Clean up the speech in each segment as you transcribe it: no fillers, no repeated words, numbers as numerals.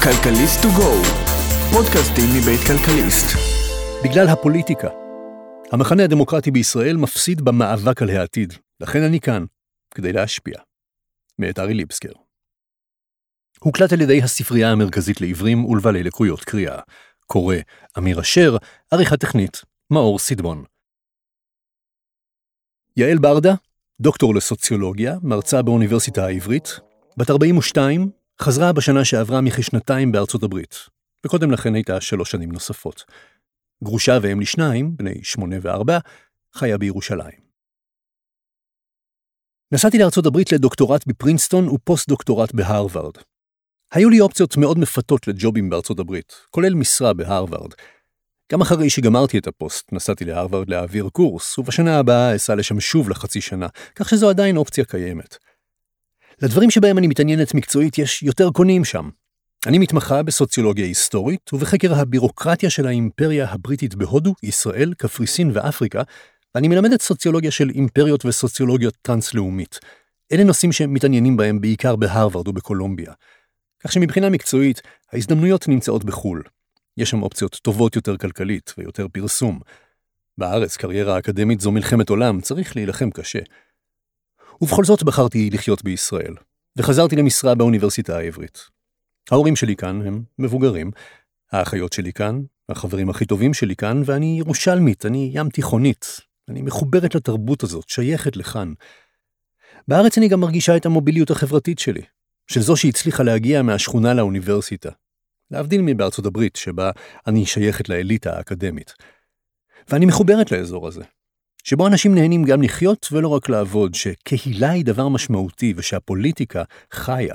כלכליסט טו גו, פודקאסטים מבית כלכליסט. בגלל הפוליטיקה. המחנה הדמוקרטי בישראל מפסיד במאבק על העתיד, לכן אני כאן, כדי להשפיע. מאת ארי ליבסקר. הוקלט על ידי הספרייה המרכזית לעיוורים ולבעלי לקויות קריאה. קורא אמיר אשר, עריכה טכנית, מאור סידבון. יעל ברדה, דוקטור לסוציולוגיה, מרצה באוניברסיטה העברית, בת 42, חזרה בשנה שעברה מכשנתיים בארצות הברית, וקודם לכן הייתה 3 שנים נוספות. גרושה ואם לשניים, בני 8 ו4, חיה בירושלים. נסעתי לארצות הברית לדוקטורט בפרינסטון ופוסט-דוקטורט בהרווארד. היו לי אופציות מאוד מפתות לג'ובים בארצות הברית, כולל משרה בהרווארד. גם אחרי שגמרתי את הפוסט, נסעתי להרווארד להעביר קורס, ובשנה הבאה אסע לשם שוב לחצי שנה, כך שזו עדיין אופציה קיימת. לדברים שבהם אני מתעניינת מקצועית יש יותר קונים שם. אני מתמחה בסוציולוגיה היסטורית ובחקר הבירוקרטיה של האימפריה הבריטית בהודו, ישראל, קפריסין ואפריקה, ואני מלמדת סוציולוגיה של אימפריות וסוציולוגיה טרנס-לאומית. אלה נושאים שמתעניינים בהם בעיקר בהרווארד ובקולומביה. כך שמבחינה מקצועית, ההזדמנויות נמצאות בחול. יש שם אופציות טובות יותר כלכלית ויותר פרסום. בארץ קריירה אקדמית זו מלחמת עולם, צריך להילחם קשה. ובכל זאת בחרתי לחיות בישראל, וחזרתי למשרה באוניברסיטה העברית. ההורים שלי כאן הם מבוגרים, האחיות שלי כאן, החברים הכי טובים שלי כאן, ואני ירושלמית, אני ים תיכונית, אני מחוברת לתרבות הזאת, שייכת לכאן. בארץ אני גם מרגישה את המוביליות החברתית שלי, של זו שהצליחה להגיע מהשכונה לאוניברסיטה, להבדיל מבארצות הברית, שבה אני שייכת לאליטה האקדמית. ואני מחוברת לאזור הזה, שבו אנשים נהנים גם לחיות ולא רק לעבוד, שקהילה היא דבר משמעותי ושהפוליטיקה חיה.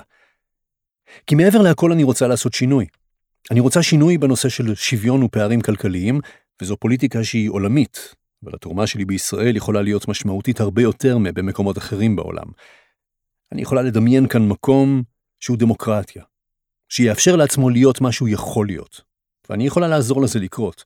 כי מעבר להכל אני רוצה לעשות שינוי. אני רוצה שינוי בנושא של שוויון ופערים כלכליים, וזו פוליטיקה שהיא עולמית, אבל התרומה שלי בישראל יכולה להיות משמעותית הרבה יותר מבמקומות אחרים בעולם. אני יכולה לדמיין כאן מקום שהוא דמוקרטיה, שיאפשר לעצמו להיות מה שהוא יכול להיות, ואני יכולה לעזור לזה לקרות.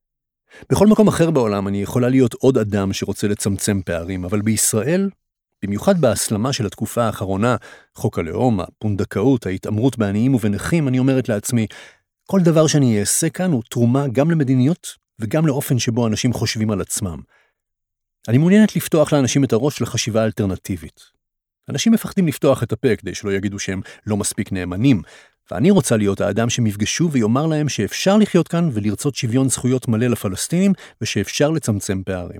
בכל מקום אחר בעולם אני יכולה להיות עוד אדם שרוצה לצמצם פערים, אבל בישראל, במיוחד בהסלמה של התקופה האחרונה, חוק הלאום, הפונדקאות, ההתאמרות בעניים ובנכים, אני אומרת לעצמי, כל דבר שאני אעשה כאן הוא תרומה גם למדיניות וגם לאופן שבו אנשים חושבים על עצמם. אני מעוניינת לפתוח לאנשים את הראש לחשיבה אלטרנטיבית. אנשים מפחדים לפתוח את הפה כדי שלא יגידו שהם לא מספיק נאמנים, ואני רוצה להיות האדם שמפגשו ויאמר להם שאפשר לחיות כאן ולרצות שוויון זכויות מלא לפלסטינים ושאפשר לצמצם פערים.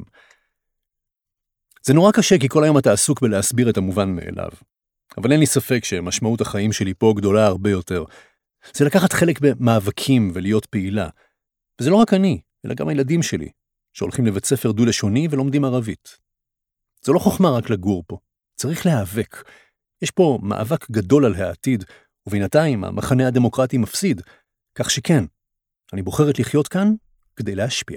זה נורא קשה כי כל היום אתה עסוק בלהסביר את המובן מאליו. אבל אין לי ספק שמשמעות החיים שלי פה גדולה הרבה יותר. זה לקחת חלק במאבקים ולהיות פעילה. וזה לא רק אני, אלא גם הילדים שלי, שהולכים לבית ספר דו-לשוני ולומדים ערבית. זו לא חוכמה רק לגור פה. צריך להיאבק. יש פה מאבק גדול על העתיד, ובינתיים המחנה הדמוקרטי מפסיד. כך שכן, אני בוחרת לחיות כאן כדי להשפיע.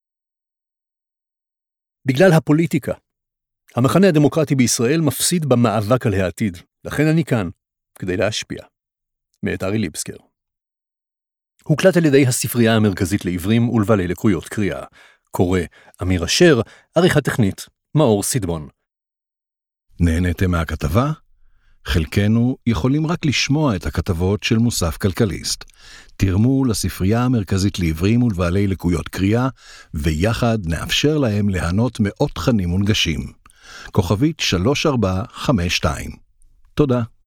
בגלל הפוליטיקה. המחנה הדמוקרטי בישראל מפסיד במאבק על העתיד, לכן אני כאן, כדי להשפיע. מאת ארי ליבסקר. הוקלט על ידי הספרייה המרכזית לעיוורים ולבעלי לקויות קריאה. קורא אמיר אשר, עריכה טכנית, מאור סידבון. נהנתם מהכתבה? חלקנו יכולים רק לשמוע את הכתבות של מוסף כלכליסט. תרמו לספרייה המרכזית לעיוורים ולבעלי לקויות קריאה, ויחד נאפשר להם ליהנות מאות תכנים מונגשים. כוכבית 3452. תודה.